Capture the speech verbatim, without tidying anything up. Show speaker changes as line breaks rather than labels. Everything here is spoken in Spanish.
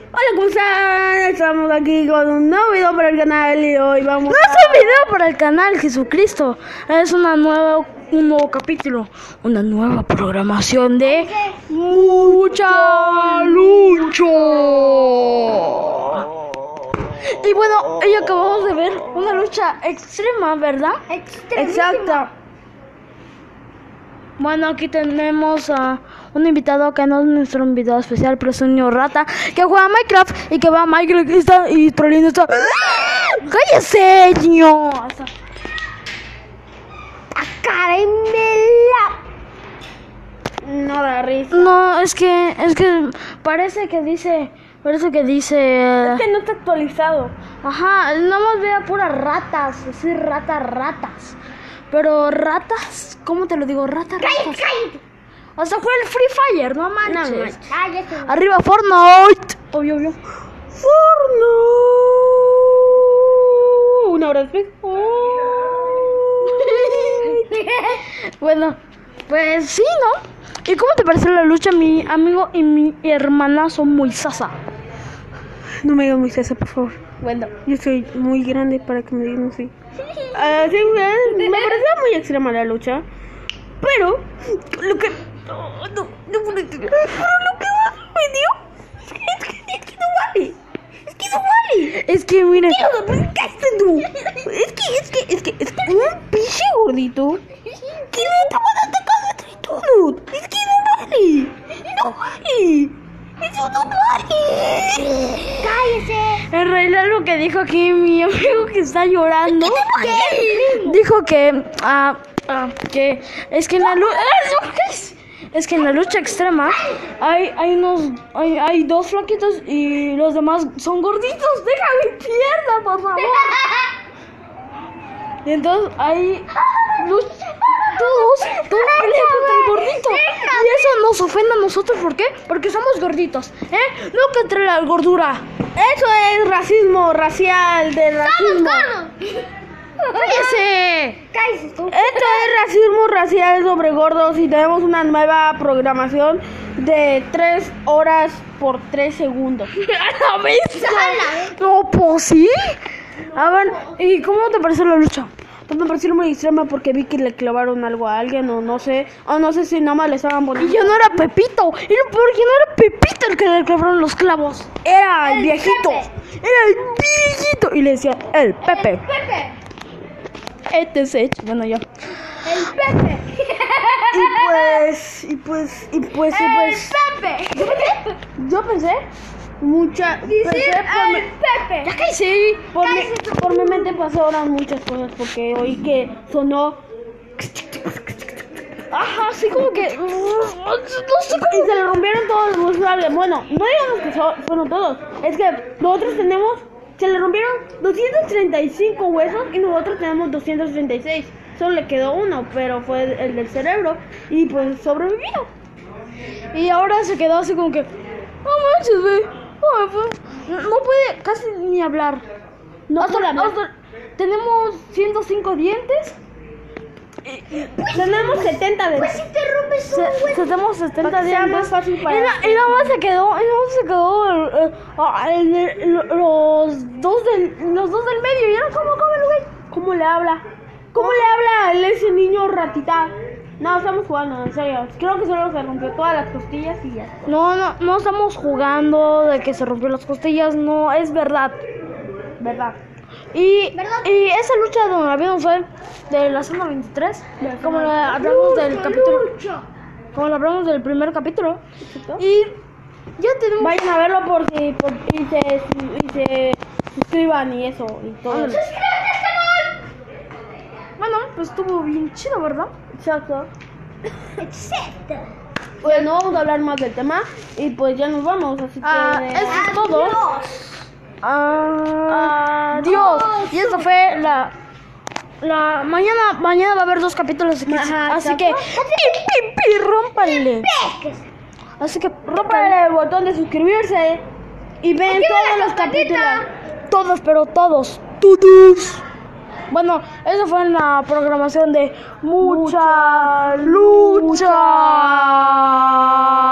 Hola, ¿cómo están? Estamos aquí con un nuevo video para el canal y hoy vamos
No
a...
es un video para el canal, Jesucristo. Es una nueva, un nuevo capítulo, una nueva programación de Mucha Lucha. Y bueno, hoy acabamos de ver una lucha extrema, ¿verdad?
Exacto.
Bueno, aquí tenemos a un invitado que no es nuestro invitado especial, pero es un niño rata que juega Minecraft y que va a Minecraft y está y trolleando está. ¡Cállese, niño!
¡Caramela! No da risa.
No, es que es que parece que dice, parece que dice.
Es que no está actualizado.
Ajá, nada más vea puras ratas, así ratas, ratas. Pero ratas, ¿cómo te lo digo? Ratas, ratas.
¡Cállate, cállate!
O sea, fue el Free Fire, no manches.
No manches.
Ah, ya está.
Arriba Fortnite. Obvio, obvio.
Fortnite. Una hora después.
Bueno, pues sí, ¿no? ¿Y cómo te parece la lucha? Mi amigo y mi hermana son muy sasa.
No me digas muy César, por favor.
Bueno,
Yo soy muy grande para que me digan así. Ah, sí, me me parecía muy extrema la lucha. Pero lo que. No, no, no puedo entender. Pero lo que más me dio es que, es que, es que no vale. Es que no vale.
es que miren,
Tío, ¿por qué estás tú? Es que, es que, es que, es que un pinche gordito que me está mandando casa entre todos. Es que no vale. No vale. Eso no vale.
¡Cállese!
en realidad lo que dijo aquí mi amigo que está llorando, dijo que, ah, ah, que es que en la lucha, es que en la lucha extrema hay, hay unos, hay, hay dos flaquitos y los demás son gorditos. Deja mi pierna, por favor. Y entonces hay lucha, todos, todos pelean contra el gordito. Y eso nos ofende a nosotros, ¿por qué? Porque somos gorditos, ¿eh? No que entre la gordura.
Eso es racismo racial de racismo.
¡Cállese!
¡Cállese tú!
Esto es racismo racial sobre gordos y tenemos una nueva programación de tres horas por tres segundos.
¡A la vez! No, pues sí. A ver, ¿y cómo te parece la lucha?
Pues me pareció muy extrema porque vi que le clavaron algo a alguien o no sé, o no sé si nada más le estaban
Y
poniendo.
yo no era Pepito. Y lo peor que no era Pepito el que le clavaron los clavos.
Era el,
El
viejito.
Pepe.
Era el viejito. Y le decían, el Pepe.
¡Pepe!
Este es hecho. Bueno, yo.
¡El Pepe!
Y pues, y pues, y pues, y pues.
¡El Pepe!
Yo pensé mucha.
Decir
Pensé por, mi,
el Pepe.
Ya que sí.
por, mi, por mi mente pasaron muchas cosas porque oí que sonó.
Ajá, sí, como que. No sé
Y se le rompieron todos los huesos. Bueno, no digamos que so- fueron todos. Es que nosotros tenemos. Se le rompieron doscientos treinta y cinco huesos y nosotros tenemos doscientos treinta y seis. Solo le quedó uno, pero fue el del cerebro. Y pues sobrevivió.
Y ahora se quedó así como que. No manches, güey. Ay, pues, No puede casi ni hablar.
No
Hasta-
puede hablar.
hasta- tenemos ciento cinco dientes.
Tenemos setenta de.
Pues si te rompes un
Se-
hueso.
Tenemos setenta
Para que sea
dientes.
más fácil
Y,
para-
na- y nada más se quedó. Y nada más se quedó. eh, eh, ah, el de- lo- los dos del los dos del medio. ¿Y ahora cómo come el güey?
¿Cómo le habla? ¿Cómo le habla a ese niño ratita? No, estamos jugando, en serio. Creo que solo se rompió todas las costillas y ya está.
No, no, no estamos jugando de que se rompió las costillas. No, es verdad.
¿Verdad?
Y,
¿Verdad?
y esa lucha donde la vimos fue de la zona veintitrés, como la hablamos del capítulo, como la hablamos del primer capítulo. Y ya tenemos.
Vayan a verlo por si por, y, se, y se suscriban y eso y todo.
Ándale. Bueno, pues estuvo bien chido, ¿verdad?
Exacto.
Exacto.
Pues no vamos a hablar más del tema y pues ya nos vamos, así que
Ah,
eh,
eso es todo.
Adiós.
Ah, Dios. Y esto fue la. La mañana, mañana va a haber dos capítulos aquí,
Ajá,
así
exacto.
que pi, pi, pi, rómpanle.
Peques.
Así que rómpanle.
rómpale el botón de suscribirse y ven todos los capítulos.
Todos, pero todos. Todos. Bueno, eso fue en la programación de Mucha Lucha.